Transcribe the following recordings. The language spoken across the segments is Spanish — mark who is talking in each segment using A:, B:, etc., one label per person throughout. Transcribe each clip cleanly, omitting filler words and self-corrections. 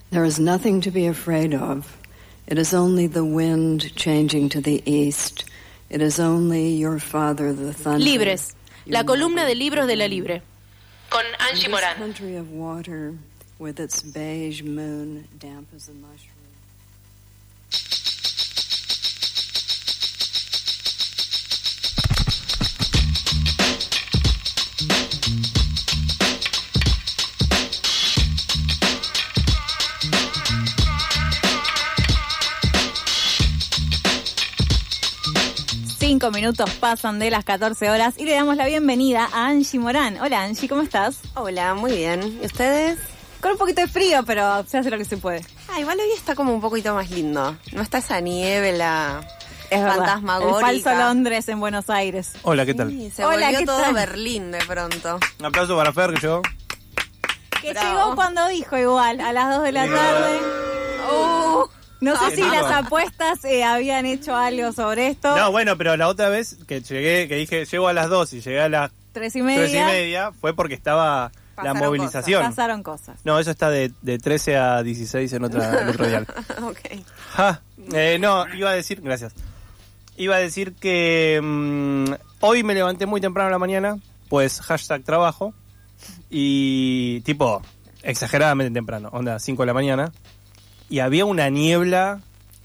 A: There is nothing to be afraid of. It is only the wind changing to the east. It is only your father, the thunder.
B: Libres, la columna de libros de La Libre. Con Angie Morán.
A: Country of water with its beige moon damp as a mushroom.
C: 5 minutos pasan de las 14 horas y le damos la bienvenida a Angie Morán. Hola Angie, ¿cómo estás?
D: Hola, muy bien. ¿Y ustedes?
C: Con un poquito de frío, pero se hace lo que se puede.
D: Igual hoy está como un poquito más lindo. No está esa niebla fantasmagórica.
C: El falso Londres en Buenos Aires.
E: Hola, ¿qué tal?
D: Sí, se volvió todo Berlín de pronto.
E: Un aplauso para Fer, que llegó.
C: Que llegó cuando dijo igual, a las 2 de la tarde. No sé si las apuestas habían hecho algo sobre esto.
E: No, bueno, pero la otra vez que llegué, que dije llego a las 2 y llegué a las 3:30, fue porque estaba la movilización.
C: Pasaron cosas.
E: No, eso está de 13 a 16 en otro dial.
D: Ok.
E: No, iba a decir, gracias. Iba a decir que hoy me levanté muy temprano en la mañana, pues #trabajo, y tipo, exageradamente temprano, onda 5 de la mañana. Y había una niebla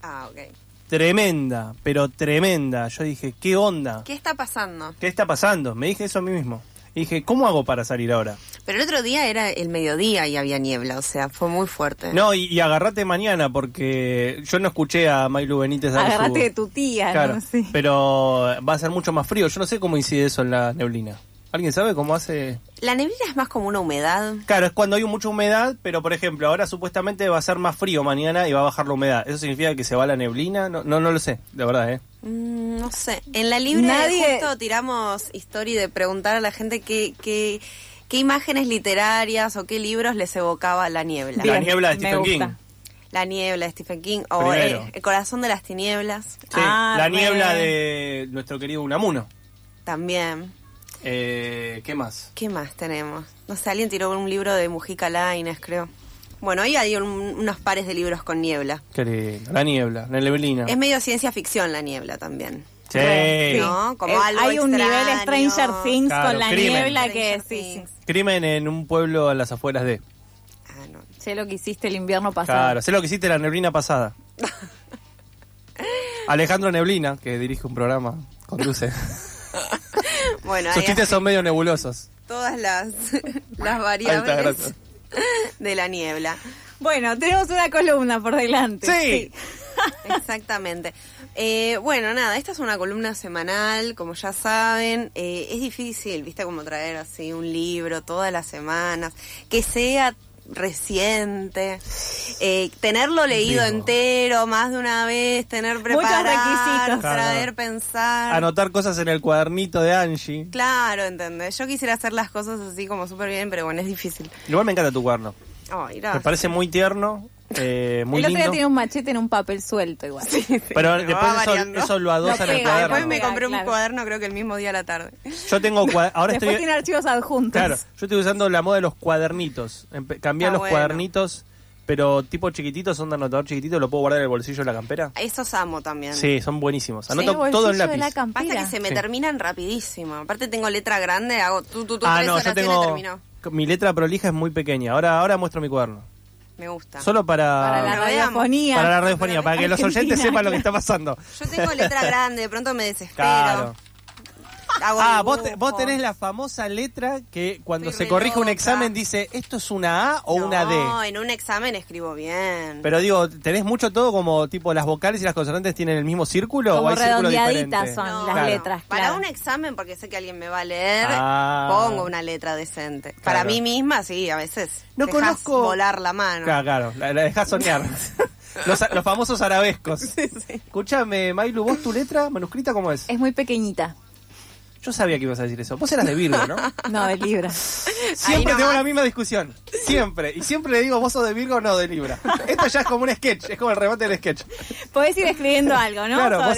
E: tremenda, pero tremenda. Yo dije, ¿qué onda?
D: ¿Qué está pasando?
E: ¿Qué está pasando? Me dije eso a mí mismo. Y dije, ¿cómo hago para salir ahora?
D: Pero el otro día era el mediodía y había niebla, o sea, fue muy fuerte.
E: No, y agarrate mañana, porque yo no escuché a Maylu Benítez dar
C: agarrate de tu tía,
E: claro,
C: ¿no? Sí.
E: Pero va a ser mucho más frío. Yo no sé cómo incide eso en la neblina. ¿Alguien sabe cómo hace?
D: La neblina es más como una humedad.
E: Claro, es cuando hay mucha humedad, pero por ejemplo, ahora supuestamente va a ser más frío mañana y va a bajar la humedad. ¿Eso significa que se va la neblina? No lo sé, de verdad,
D: No sé. En La Libre justo tiramos historia de preguntar a la gente qué imágenes literarias o qué libros les evocaba la niebla.
E: La niebla de Stephen King.
D: La niebla de Stephen King o El corazón de las tinieblas.
E: Sí, la niebla de nuestro querido Unamuno.
D: También.
E: ¿Qué más?
D: ¿Qué más tenemos? No sé, alguien tiró un libro de Mujica Lainez, creo. Bueno, hoy hay unos pares de libros con niebla.
E: Qué lindo. La niebla, la neblina.
D: Es medio ciencia ficción la niebla también.
E: Sí.
D: ¿No? Como algo
C: hay un
D: extraño.
C: nivel Stranger Things con la
E: crimen.
C: niebla que sí.
E: Crimen en un pueblo a las afueras de...
C: no. Sé lo que hiciste el invierno pasado.
E: Claro, sé lo que hiciste la neblina pasada. Alejandro Neblina, que dirige un programa, conduce.
D: Bueno,
E: sus chistes son medio nebulosos.
D: Todas las variables de la niebla.
C: Bueno, tenemos una columna por delante.
E: Sí.
D: Exactamente. Bueno, nada, esta es una columna semanal, como ya saben. Es difícil, viste, como traer así un libro todas las semanas, que sea reciente, tenerlo leído entero más de una vez, tener preparado,
C: muchos requisitos,
D: saber pensar,
E: anotar cosas en el cuadernito de Angie.
D: Claro, ¿entendés? Yo quisiera hacer las cosas así como súper bien, pero bueno, es difícil.
E: Igual me encanta tu cuaderno.
D: Ay,
E: me parece muy tierno, muy lindo.
C: El otro día tiene un machete en un papel suelto igual. Sí,
E: pero después eso lo adosan en el cuaderno.
D: Después me compré un cuaderno, creo que el mismo día a la tarde.
E: Yo tengo
C: después tiene archivos adjuntos.
E: Claro, yo estoy usando la moda de los cuadernitos. Cambiar los cuadernitos, pero tipo chiquititos, son de anotador chiquitito, lo puedo guardar en el bolsillo de la campera.
D: Esos amo también.
E: Sí, son buenísimos. Anoto todo en lápiz.
D: Pasa que se me terminan rapidísimo. Aparte tengo letra grande, hago tú 3
E: oraciones
D: y terminó.
E: Mi letra prolija es muy pequeña. Ahora muestro mi cuaderno.
D: Me gusta.
E: Solo para
C: la radiofonía.
E: Para la radiofonía, para que los oyentes sepan lo que está pasando.
D: Yo tengo letra grande, de pronto me desespero.
E: Claro. Vos tenés la famosa letra que cuando se corrige un examen dice, ¿esto es una A o una D?
D: No, en un examen escribo bien.
E: Pero digo, ¿tenés mucho todo como tipo las vocales y las consonantes tienen el mismo círculo
C: como
E: o hay círculos
C: redondeaditas
E: diferentes?
C: son las letras.
D: Para un examen, porque sé que alguien me va a leer, pongo una letra decente.
E: Claro.
D: Para mí misma, sí, a veces
E: no
D: dejás
E: conozco
D: volar la mano.
E: Claro, la dejás soñar. los famosos arabescos.
D: Sí.
E: Escúchame, Maylu, ¿vos tu letra manuscrita cómo es?
C: Es muy pequeñita.
E: Yo sabía que ibas a decir eso. Vos eras de Virgo, ¿no?
C: No, de Libra.
E: Siempre tengo la misma discusión. Siempre. Y siempre le digo, ¿vos sos de Virgo o no de Libra? Esto ya es como un sketch. Es como el remate del sketch.
C: Podés ir escribiendo algo, ¿no?
E: Claro,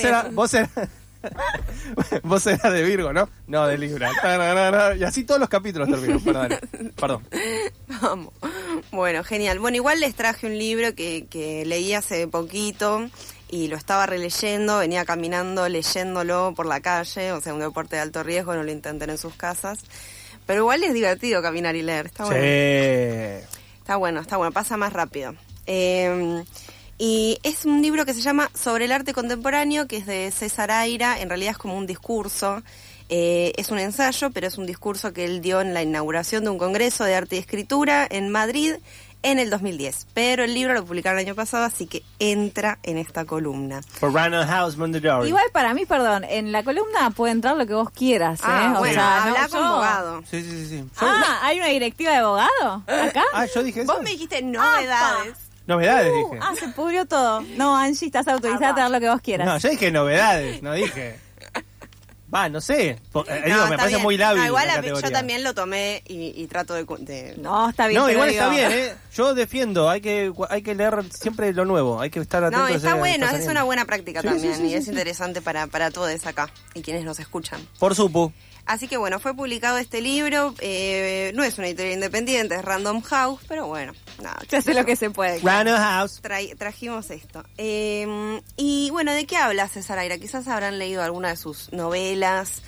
E: vos eras de Virgo, ¿no? No, de Libra. Y así todos los capítulos terminan. Perdón.
D: Vamos. Bueno, genial. Bueno, igual les traje un libro que leí hace poquito y lo estaba releyendo, venía caminando, leyéndolo por la calle, o sea, un deporte de alto riesgo, no lo intenten en sus casas. Pero igual es divertido caminar y leer, está bueno.
E: Sí.
D: Está bueno, pasa más rápido. Y es un libro que se llama Sobre el arte contemporáneo, que es de César Aira, en realidad es como un discurso. Es un ensayo, pero es un discurso que él dio en la inauguración de un congreso de arte y escritura en Madrid en el 2010. Pero el libro lo publicaron el año pasado, así que entra en esta columna.
E: For Random House Mondadori.
C: Igual para mí, perdón, en la columna puede entrar lo que vos quieras,
D: Bueno, habla
C: no,
D: con abogado.
E: Sí.
C: ¿hay una directiva de abogado acá?
E: Yo dije eso.
D: Vos me dijiste novedades.
E: Novedades, dije.
C: Se pudrió todo. No, Angie, estás autorizada a traer lo que vos quieras.
E: No, yo dije novedades, no dije. No sé. Me parece
D: bien.
E: muy lábil.
D: Igual
E: la
D: yo
E: categoría.
D: también lo tomé y trato de...
C: No, está bien.
E: No,
C: pero
E: igual
C: digo-
E: está bien, Yo defiendo, hay que leer siempre lo nuevo, hay que estar atento.
D: No,
E: a
D: está
E: ese-
D: bueno,
E: está
D: es
E: saliendo.
D: una buena práctica
E: Sí,
D: también
E: sí,
D: y es interesante para todos acá y quienes nos escuchan.
E: Por supu.
D: Así que bueno, fue publicado este libro, no es una editorial independiente, es Random House, pero bueno, nada.
C: Se hace lo que se puede.
E: Random House.
D: Trajimos esto. Y bueno, ¿de qué habla César Aira? Quizás habrán leído alguna de sus novelas.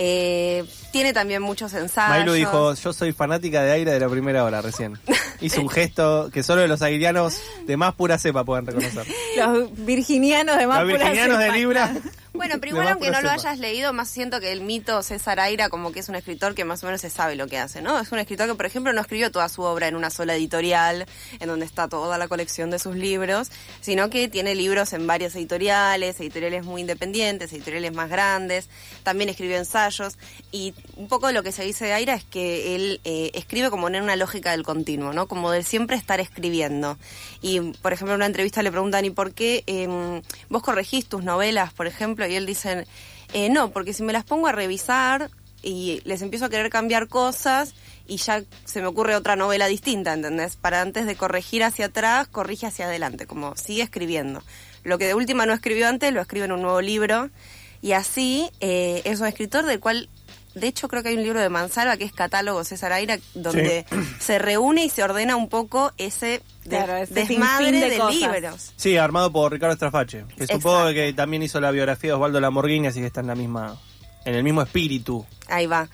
D: Tiene también muchos ensayos.
E: Mailu dijo, yo soy fanática de Aira de la primera hora recién. Hizo un gesto que solo los airianos de más pura cepa pueden reconocer.
C: Los virginianos de más
E: Los
C: pura
E: virginianos de
C: cepa,
E: Libra.
C: claro.
D: Bueno, pero
E: de
D: igual
E: más
D: aunque
E: pura
D: no lo
E: cepa.
D: hayas leído, más siento que el mito César Aira como que es un escritor que más o menos se sabe lo que hace, ¿no? Es un escritor que, por ejemplo, no escribió toda su obra en una sola editorial, en donde está toda la colección de sus libros, sino que tiene libros en varias editoriales muy independientes, editoriales más grandes, también escribió ensayos, y un poco lo que se dice de Aira es que él escribe como en una lógica del continuo, ¿no? Como de siempre estar escribiendo. Y, por ejemplo, en una entrevista le preguntan, ¿y por qué vos corregís tus novelas, por ejemplo? Y él dice, no, porque si me las pongo a revisar y les empiezo a querer cambiar cosas y ya se me ocurre otra novela distinta, ¿entendés? Para antes de corregir hacia atrás, corrige hacia adelante, como sigue escribiendo. Lo que de última no escribió antes, lo escribe en un nuevo libro. Y así es un escritor del cual, de hecho, creo que hay un libro de Mansalva que es Catálogo César Aira, donde se reúne y se ordena un poco ese
C: Ese
D: desmadre
C: sinfín
D: de
C: cosas.
D: libros.
E: Sí, armado por Ricardo Strafache, que supongo
D: Exacto.
E: que también hizo la biografía de Osvaldo Lamborghini, así que está en el mismo espíritu.
D: Ahí va.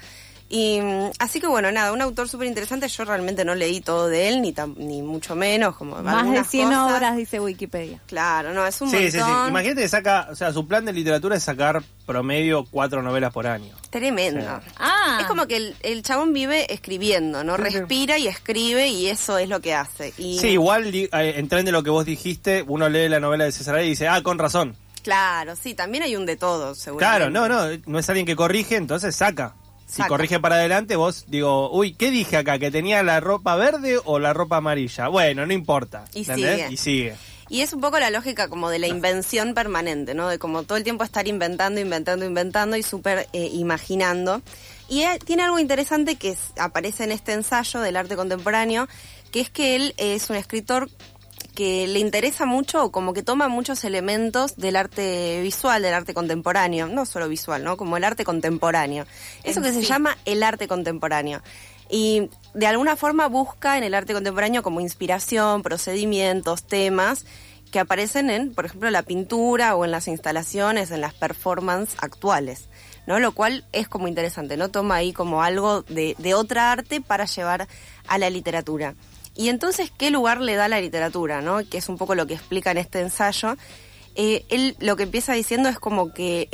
D: Y así que bueno, nada, un autor súper interesante. Yo realmente no leí todo de él, ni mucho menos. Como
C: Más de
D: algunas
C: 100
D: cosas.
C: obras, dice Wikipedia.
D: Claro, no, es un
E: Sí.
D: montón.
E: Imagínate que saca, o sea, su plan de literatura es sacar promedio 4 novelas por año.
D: Tremendo.
E: Sí.
C: Ah,
D: Es como que el chabón vive escribiendo, ¿no?
E: Sí, sí.
D: Respira y escribe y eso es lo que hace. Y,
E: Sí, igual en tren de lo que vos dijiste, uno lee la novela de César Aira y dice, con razón.
D: Claro, sí, también hay un de todo, seguramente.
E: Claro, no es alguien que corrige, entonces saca. Si
D: Saca.
E: corrige para adelante, vos digo, uy, ¿qué dije acá? ¿Que tenía la ropa verde o la ropa amarilla? Bueno, no importa.
D: Y
E: ¿entendés?
D: sigue.
E: Y sigue.
D: Y es un poco la lógica como de la invención permanente, ¿no? De como todo el tiempo estar inventando y súper imaginando. Y tiene algo interesante que aparece en este ensayo del arte contemporáneo, que es que él es un escritor que le interesa mucho o como que toma muchos elementos del arte visual, del arte contemporáneo, no solo visual, ¿no? Como el arte contemporáneo. Eso que se llama el arte contemporáneo. Y de alguna forma busca en el arte contemporáneo como inspiración, procedimientos, temas que aparecen en, por ejemplo, la pintura o en las instalaciones, en las performances actuales, ¿no? Lo cual es como interesante, ¿no? Toma ahí como algo de otra arte para llevar a la literatura. Y entonces, ¿qué lugar le da a la literatura, no? Que es un poco lo que explica en este ensayo. Él lo que empieza diciendo es como que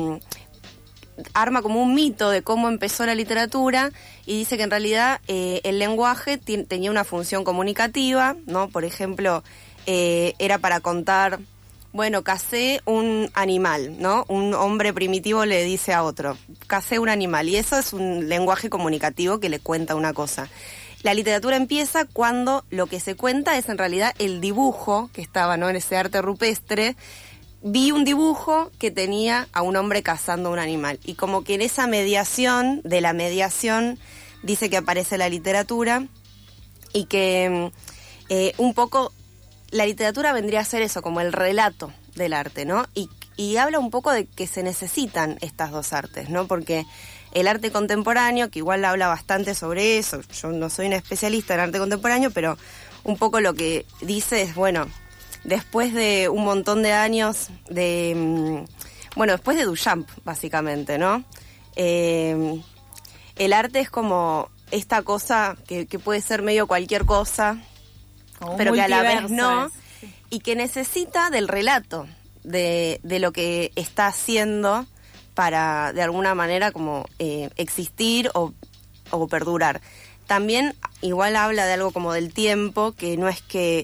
D: arma como un mito de cómo empezó la literatura y dice que en realidad el lenguaje tenía una función comunicativa, ¿no? Por ejemplo, era para contar, bueno, cacé un animal, ¿no? Un hombre primitivo le dice a otro, cacé un animal, y eso es un lenguaje comunicativo que le cuenta una cosa. La literatura empieza cuando lo que se cuenta es en realidad el dibujo que estaba, ¿no? En ese arte rupestre. Vi un dibujo que tenía a un hombre cazando un animal. Y como que en esa mediación, de la mediación, dice que aparece la literatura y que un poco la literatura vendría a ser eso, como el relato del arte, ¿no? Y habla un poco de que se necesitan estas dos artes, ¿no? Porque el arte contemporáneo, que igual habla bastante sobre eso. Yo no soy una especialista en arte contemporáneo, pero un poco lo que dice es, bueno, después de un montón de años después de Duchamp, básicamente, ¿no? El arte es como esta cosa que puede ser medio cualquier cosa,
C: Como
D: pero que a la vez
C: multiverso
D: no,
C: es.
D: y que necesita del relato, de lo que está haciendo para, de alguna manera, como existir o perdurar. También igual habla de algo como del tiempo, que no es que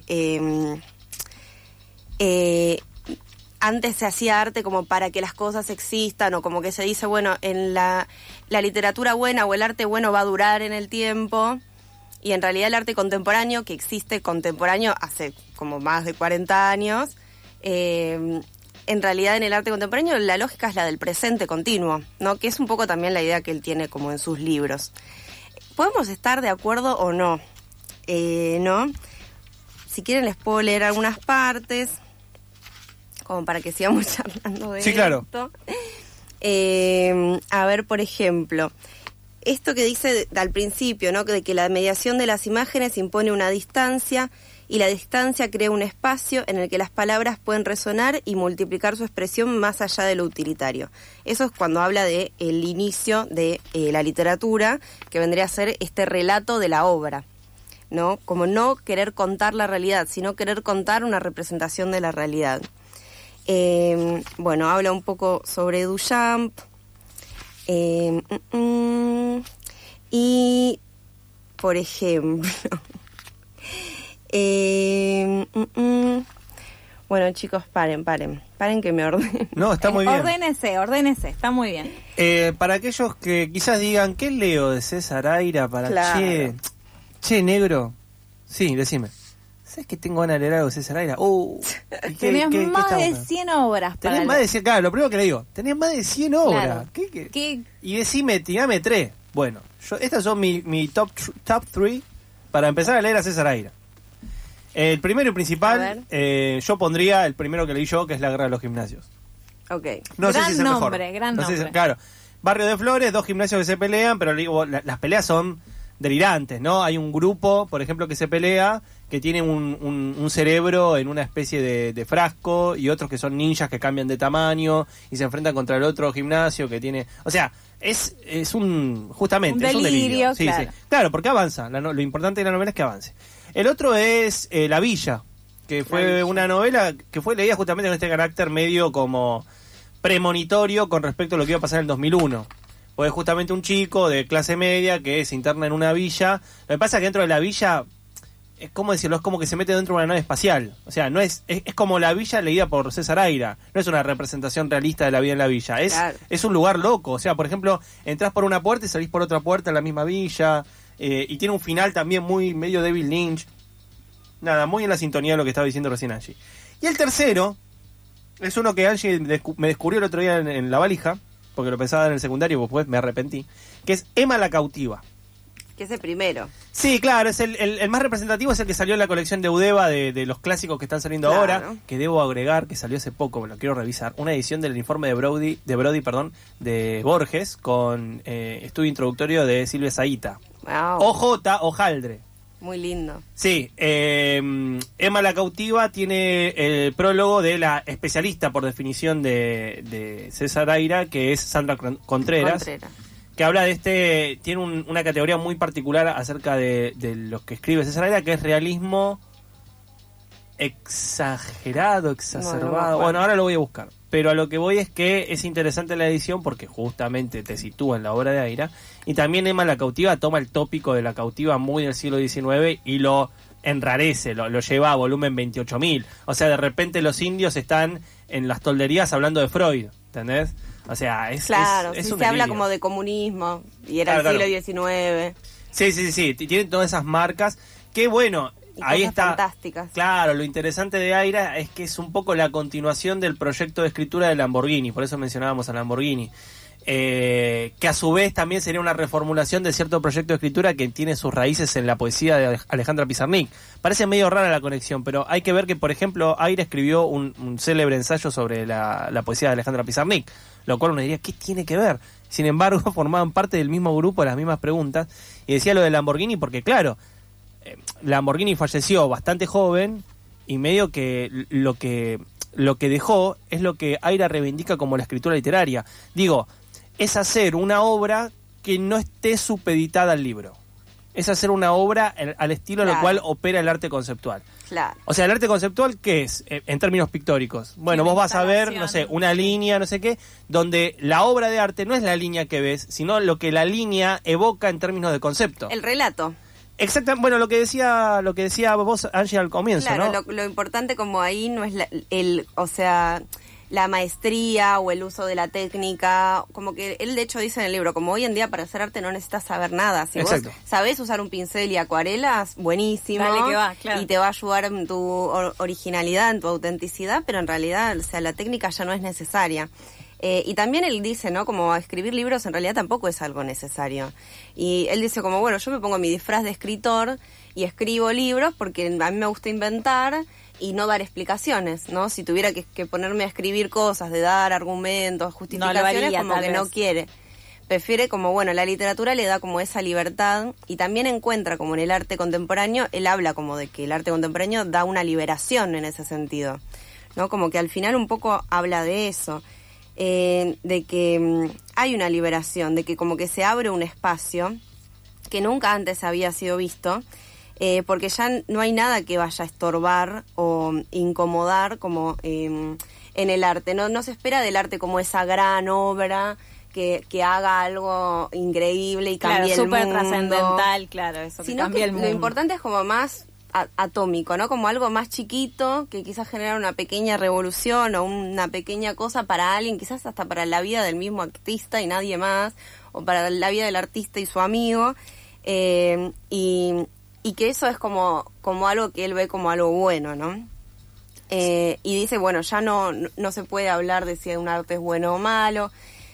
D: antes se hacía arte como para que las cosas existan, o como que se dice, bueno, en la literatura buena o el arte bueno va a durar en el tiempo, y en realidad el arte contemporáneo, que existe contemporáneo hace como más de 40 años, en realidad en el arte contemporáneo la lógica es la del presente continuo, ¿no? Que es un poco también la idea que él tiene como en sus libros. Podemos estar de acuerdo o no, ¿no? Si quieren les puedo leer algunas partes, como para que sigamos charlando de
E: Sí, claro.
D: esto. A ver, por ejemplo, esto que dice al principio, ¿no? De que la mediación de las imágenes impone una distancia, y la distancia crea un espacio en el que las palabras pueden resonar y multiplicar su expresión más allá de lo utilitario. Eso es cuando habla de el inicio de la literatura, que vendría a ser este relato de la obra, ¿no? Como no querer contar la realidad, sino querer contar una representación de la realidad. Habla un poco sobre Duchamp, y, por ejemplo... Bueno, chicos, paren que me ordenen.
E: No, está muy bien.
C: Ordénese, está muy bien.
E: Para aquellos que quizás digan, ¿qué leo de César Aira para
D: Claro.
E: Che, negro? Sí, decime. ¿Sabes que tengo ganas de leer algo de César Aira?
C: Tenés más de
E: estamos?
C: 100 obras para
E: Tenés más de 100, claro, lo primero que le digo, tenés más de 100 obras.
C: Claro.
E: ¿Qué? Y decime, tirame 3. Bueno, estas son mi top 3 para empezar a leer a César Aira. El primero y principal, yo pondría el primero que leí yo, que es La Guerra de los Gimnasios.
D: Ok.
E: No sé
C: Gran
E: si es el mejor.
C: gran
E: No sé si-
C: nombre.
E: claro. Barrio de Flores, 2 gimnasios que se pelean, pero digo, las peleas son delirantes, ¿no? Hay un grupo, por ejemplo, que se pelea, que tiene un cerebro en una especie de frasco, y otros que son ninjas que cambian de tamaño y se enfrentan contra el otro gimnasio que tiene... O sea, es justamente,
C: Un
E: es un delirio.
C: delirio,
E: Sí,
C: claro.
E: sí. Claro, porque avanza. Lo importante de la novela es que avance. El otro es La Villa, que fue una novela que fue leída justamente con este carácter medio como premonitorio con respecto a lo que iba a pasar en el 2001. Pues justamente un chico de clase media que se interna en una villa. Lo que pasa es que dentro de la villa, es como decirlo, es como que se mete dentro de una nave espacial. O sea, no es como la villa leída por César Aira. No es una representación realista de la vida en la villa. Es un lugar loco. O sea, por ejemplo, entras por una puerta y salís por otra puerta en la misma villa. Y tiene un final también muy medio David Lynch. Nada, muy en la sintonía de lo que estaba diciendo recién Angie. Y el tercero es uno que Angie me descubrió el otro día en la valija, porque lo pensaba en el secundario, pues después me arrepentí, que es Emma la Cautiva.
D: Que es el primero.
E: Sí, claro, es el más representativo, es el que salió en la colección de Udeva de los clásicos que están saliendo
D: Claro.
E: ahora, que debo agregar que salió hace poco, me lo quiero revisar, una edición del informe de Brody, de Borges, con estudio introductorio de Silvia Zaita.
D: Wow.
E: OJ Hojaldre.
D: Muy lindo.
E: Sí, Emma la Cautiva tiene el prólogo de la especialista por definición de César Aira, que es Sandra Contreras, que habla de tiene una categoría muy particular acerca de lo que escribe César Aira, que es realismo exagerado, exacerbado. Bueno, ahora lo voy a buscar. Pero a lo que voy es que es interesante la edición porque justamente te sitúa en la obra de Aira. Y también Emma la Cautiva toma el tópico de la cautiva muy del siglo XIX y lo enrarece, lo lleva a volumen 28.000. O sea, de repente los indios están en las tolderías hablando de Freud, ¿entendés? O sea,
D: Claro,
E: es
D: sí,
E: un
D: se habla
E: delirio.
D: como de comunismo y era
E: Claro,
D: el siglo XIX.
E: Sí, tiene todas esas marcas. Que bueno,
D: Y
E: ahí
D: cosas
E: está.
D: fantásticas.
E: Claro, lo interesante de Aira es que es un poco la continuación del proyecto de escritura de Lamborghini, por eso mencionábamos a Lamborghini. Que a su vez también sería una reformulación de cierto proyecto de escritura que tiene sus raíces en la poesía de Alejandra Pizarnik. Parece medio rara la conexión, pero hay que ver que, por ejemplo, Aira escribió un célebre ensayo sobre la poesía de Alejandra Pizarnik, lo cual uno diría, ¿qué tiene que ver? sin embargo formaban parte del mismo grupo, las mismas preguntas, y decía lo de Lamborghini porque claro, Lamborghini falleció bastante joven y medio que lo que dejó es lo que Aira reivindica como la escritura literaria. Digo, es hacer una obra que no esté supeditada al libro. Es hacer una obra al estilo en el cual opera el arte conceptual.
D: Claro.
E: O sea, el arte conceptual, ¿qué es? En términos pictóricos. Bueno, vos vas a ver, no sé, una línea, no sé qué, donde la obra de arte no es la línea que ves, sino lo que la línea evoca en términos de concepto.
D: El relato.
E: Exactamente, bueno, lo que decía vos, Angie, al comienzo,
D: claro,
E: ¿no?
D: Lo importante como ahí no es la maestría o el uso de la técnica, como que él de hecho dice en el libro, como hoy en día para hacer arte no necesitas saber nada, si
E: Exacto.
D: vos sabés usar un pincel y acuarelas, buenísimo,
C: Dale que va, claro.
D: y te va a ayudar en tu originalidad, en tu autenticidad, pero en realidad, o sea, la técnica ya no es necesaria. Y también él dice, ¿no? Como escribir libros en realidad tampoco es algo necesario. Y él dice como, bueno, yo me pongo mi disfraz de escritor y escribo libros porque a mí me gusta inventar y no dar explicaciones, ¿no? Si tuviera que ponerme a escribir cosas, de dar argumentos, justificaciones,
C: no lo haría,
D: como que no quiere. Prefiere como, bueno, la literatura le da como esa libertad y también encuentra como en el arte contemporáneo, él habla como de que el arte contemporáneo da una liberación en ese sentido, ¿no? Como que al final un poco habla de eso. De que hay una liberación, de que como que se abre un espacio que nunca antes había sido visto, porque ya no hay nada que vaya a estorbar o incomodar como en el arte. No se espera del arte como esa gran obra que haga algo increíble y cambie el mundo.
C: Súper trascendental, claro, eso que
D: sino
C: cambia
D: que
C: el mundo.
D: lo importante es como más atómico, ¿no? Como algo más chiquito que quizás genera una pequeña revolución o una pequeña cosa para alguien, quizás hasta para la vida del mismo artista y nadie más, o para la vida del artista y su amigo, y que eso es como algo que él ve como algo bueno, ¿no? Y dice, bueno, ya no se puede hablar de si un arte es bueno o malo.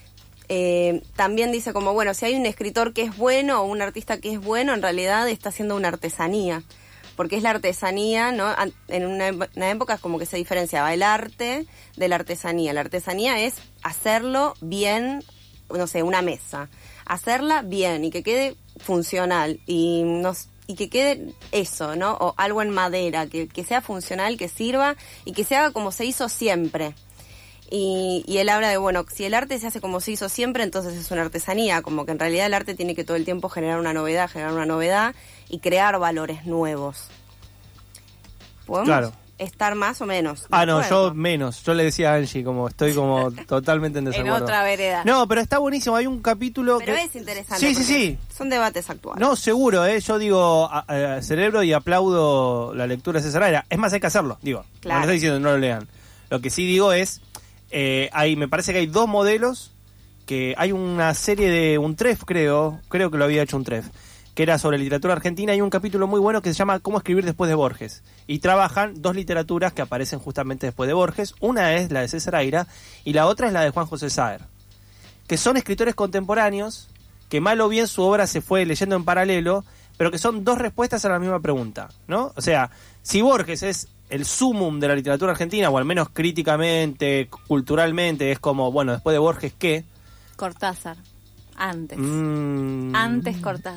D: También dice como, bueno, si hay un escritor que es bueno o un artista que es bueno, en realidad está haciendo una artesanía. Porque es la artesanía, ¿no? En una época es como que se diferenciaba el arte de la artesanía. La artesanía es hacerlo bien, no sé, una mesa. Hacerla bien y que quede funcional y que quede eso, ¿no? O algo en madera, que sea funcional, que sirva y que se haga como se hizo siempre. Y él habla de, bueno, si el arte se hace como se hizo siempre, entonces es una artesanía, como que en realidad el arte tiene que todo el tiempo generar una novedad y crear valores nuevos. ¿Podemos estar más o menos?
E: No, yo menos. Yo le decía a Angie, como estoy como totalmente en desacuerdo.
C: En otra vereda.
E: No, pero está buenísimo, hay un capítulo
D: pero
E: que...
D: es interesante.
E: Sí.
D: Son debates actuales.
E: No, seguro, yo digo, celebro y aplaudo la lectura de César Aira. Es más, hay que hacerlo, digo.
D: Claro.
E: No estoy diciendo que no lo lean. Lo que sí digo es... me parece que hay dos modelos, que hay una serie de un TREF, creo que lo había hecho un TREF, que era sobre literatura argentina. Hay un capítulo muy bueno que se llama Cómo escribir después de Borges, y trabajan dos literaturas que aparecen justamente después de Borges. Una es la de César Aira y la otra es la de Juan José Saer, que son escritores contemporáneos que mal o bien su obra se fue leyendo en paralelo, pero que son dos respuestas a la misma pregunta, ¿no? O sea, si Borges es el sumum de la literatura argentina, o al menos críticamente, culturalmente, es como, bueno, después de Borges, ¿qué?
C: Cortázar. Antes. Antes Cortázar.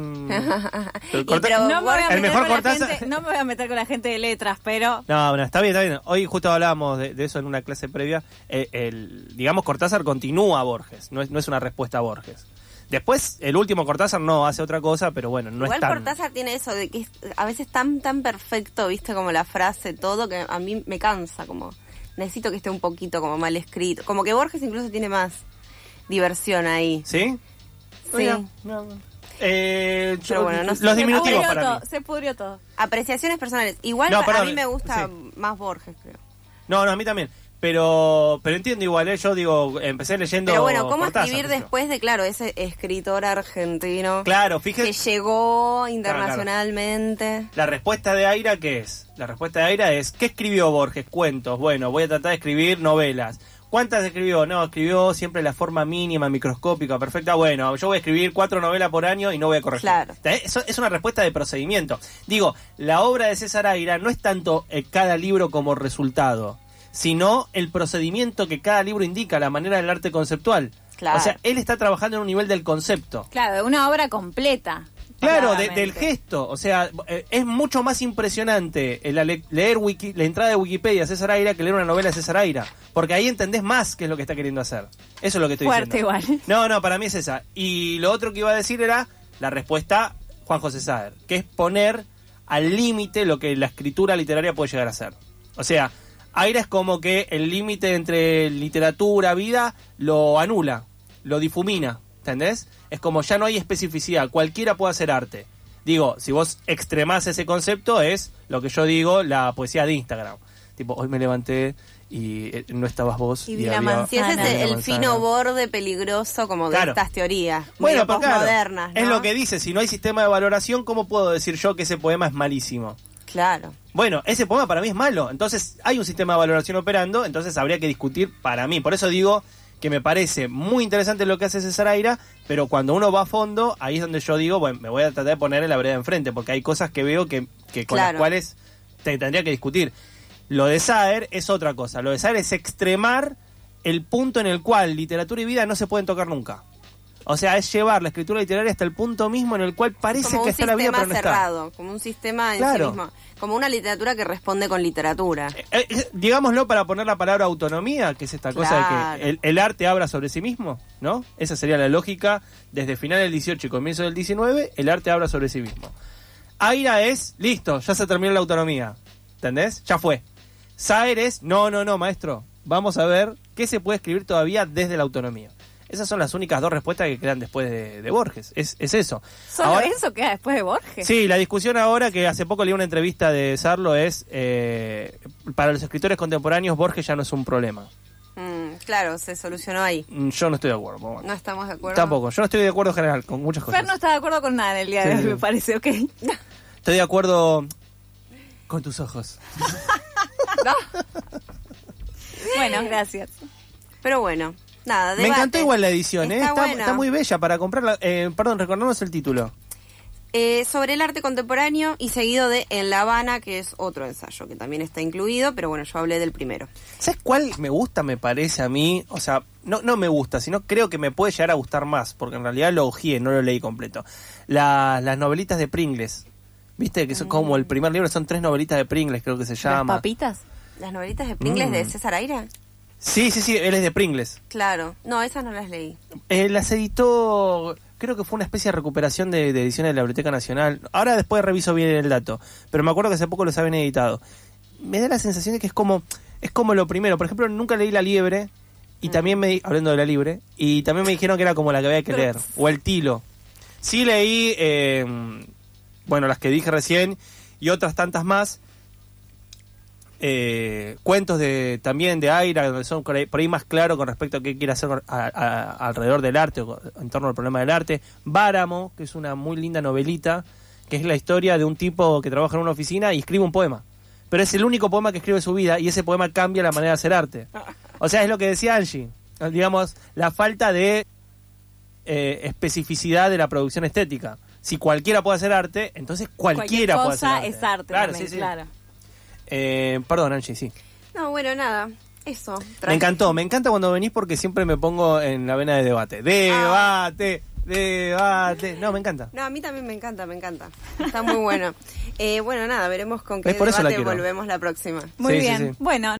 D: Pero
C: no me voy a
E: el
C: meter
E: mejor
C: con la
E: Cortázar.
C: gente, no me voy a meter con la gente de letras, pero...
E: No, está bien. Hoy justo hablábamos de eso en una clase previa. Digamos, Cortázar continúa a Borges, no es una respuesta a Borges. Después, el último Cortázar no hace otra cosa, pero bueno, no
D: igual
E: es tan...
D: Cortázar tiene eso de que es a veces tan perfecto, viste, como la frase, todo, que a mí me cansa, como necesito que esté un poquito como mal escrito. Como que Borges incluso tiene más diversión ahí.
E: ¿Sí?
D: Sí.
E: No.
D: Pero bueno, no sé.
E: Los diminutivos para mí.
C: Se pudrió todo.
D: Apreciaciones personales. Igual
E: No,
D: a
E: perdón,
D: mí me gusta
E: sí.
D: más Borges, creo.
E: No, a mí también. Pero entiendo igual, yo digo, empecé leyendo...
D: Pero bueno, ¿cómo
E: Cortázar,
D: escribir
E: por ejemplo.
D: después de, claro, ese escritor argentino
E: Claro,
D: que
E: fíjese...
D: llegó internacionalmente?
E: La respuesta de Aira, ¿qué es? La respuesta de Aira es, ¿qué escribió Borges? Cuentos. Bueno, voy a tratar de escribir novelas. ¿Cuántas escribió? No, escribió siempre la forma mínima, microscópica, perfecta. Bueno, yo voy a escribir 4 novelas por año y no voy a corregir.
D: Claro.
E: Eso es una respuesta de procedimiento. Digo, la obra de César Aira no es tanto cada libro como resultado, sino el procedimiento que cada libro indica, la manera del arte conceptual.
D: Claro.
E: O sea, él está trabajando en un nivel del concepto.
C: Claro, de una obra completa.
E: Claro,
C: claramente.
E: del gesto. O sea, es mucho más impresionante leer la entrada de Wikipedia de César Aira que leer una novela de César Aira. Porque ahí entendés más qué es lo que está queriendo hacer. Eso es lo que estoy
C: Fuerte
E: diciendo.
C: igual.
E: No, para mí es esa. Y lo otro que iba a decir era la respuesta Juan José Saer, que es poner al límite lo que la escritura literaria puede llegar a ser. O sea, Aira es como que el límite entre literatura, vida, lo anula, lo difumina, ¿entendés? Es como ya no hay especificidad, cualquiera puede hacer arte. Digo, si vos extremás ese concepto, es lo que yo digo, la poesía de Instagram. Tipo, hoy me levanté y no estabas vos.
C: Y vi la
E: había-
D: Si ese es
E: había
D: el
E: manzana.
D: fino borde peligroso como de
E: Claro.
D: estas teorías
E: Bueno,
D: medio
E: pero claro,
D: posmodernas, ¿no?
E: es lo que dice, si no hay sistema de valoración, ¿cómo puedo decir yo que ese poema es malísimo?
D: Claro.
E: Bueno, ese poema para mí es malo, entonces hay un sistema de valoración operando, entonces habría que discutir para mí. Por eso digo que me parece muy interesante lo que hace César Aira, pero cuando uno va a fondo, ahí es donde yo digo, bueno, me voy a tratar de poner en la vereda enfrente, porque hay cosas que veo que con las
D: Claro.
E: cuales tendría que discutir. Lo de Saer es otra cosa, lo de Saer es extremar el punto en el cual literatura y vida no se pueden tocar nunca. O sea, es llevar la escritura literaria hasta el punto mismo en el cual parece
D: Como
E: que
D: un
E: está la vida,
D: sistema
E: pero no está.
D: cerrado, como un sistema en
E: Claro.
D: sí mismo. Como una literatura que responde con literatura.
E: Digámoslo para poner la palabra autonomía, que es esta cosa de
D: Claro.
E: que el arte habla sobre sí mismo, ¿no? Esa sería la lógica. Desde final del 18 y comienzo del 19, el arte habla sobre sí mismo. Aira es, listo, ya se terminó la autonomía. ¿Entendés? Ya fue. Saer es, no, maestro. Vamos a ver qué se puede escribir todavía desde la autonomía. Esas son las únicas dos respuestas que quedan después de Borges. Es eso.
C: ¿Solo
E: Ahora-
C: eso queda después de Borges?
E: Sí, la discusión ahora, que hace poco leí una entrevista de Sarlo, es para los escritores contemporáneos Borges ya no es un problema.
D: Claro, se solucionó ahí.
E: Yo no estoy de acuerdo. pero bueno.
D: No estamos de acuerdo.
E: Tampoco, yo no estoy de acuerdo en general con muchas cosas.
C: Fer no está de acuerdo con nada en el día de
E: Sí,
C: hoy,
E: sí.
C: me parece, ok.
E: Estoy de acuerdo con tus ojos.
C: Bueno, gracias.
D: Pero bueno, nada,
E: Me
D: debate.
E: encantó igual la edición,
D: Está buena.
E: está muy bella para comprarla. Perdón, recordamos el título.
D: Sobre el arte contemporáneo y seguido de En La Habana, que es otro ensayo que también está incluido, pero bueno, yo hablé del primero.
E: ¿Sabes cuál me gusta, me parece a mí? O sea, no me gusta, sino creo que me puede llegar a gustar más, porque en realidad lo ojeé, no lo leí completo. Las novelitas de Pringles. ¿Viste? Que son como el primer libro, son 3 novelitas de Pringles, creo que se
C: ¿Las
E: llama.
C: papitas?
D: ¿Las novelitas de Pringles de César Aira?
E: Sí, él es de Pringles.
D: Claro. No, esas no las leí.
E: Las editó, creo que fue una especie de recuperación de ediciones de la Biblioteca Nacional. Ahora después reviso bien el dato, pero me acuerdo que hace poco los habían editado. Me da la sensación de que es como lo primero. Por ejemplo, nunca leí La Liebre, y también hablando de La Liebre, y también me dijeron que era como la que había que leer, o El Tilo. Sí leí, las que dije recién, y otras tantas más. Cuentos también de Aira, donde son por ahí más claros con respecto a qué quiere hacer alrededor del arte o en torno al problema del arte. Báramo, que es una muy linda novelita, que es la historia de un tipo que trabaja en una oficina y escribe un poema, pero es el único poema que escribe en su vida, y ese poema cambia la manera de hacer arte. O sea, es lo que decía Angie, digamos, la falta de especificidad de la producción estética. Si cualquiera puede hacer arte, entonces cualquiera puede hacer
C: cosa
E: arte.
C: es arte
E: Claro,
C: también,
E: sí.
C: claro.
E: Perdón, Angie, sí.
D: No, bueno, nada. Eso.
E: Me encanta cuando venís porque siempre me pongo en la vena de debate. Debate. No, me encanta.
D: No, a mí también me encanta. Está muy bueno. Bueno, nada, veremos con qué
E: Es por eso la
D: debate
E: quiero.
D: volvemos la próxima.
C: Muy
E: Sí, sí,
C: bien.
E: sí.
C: Bueno.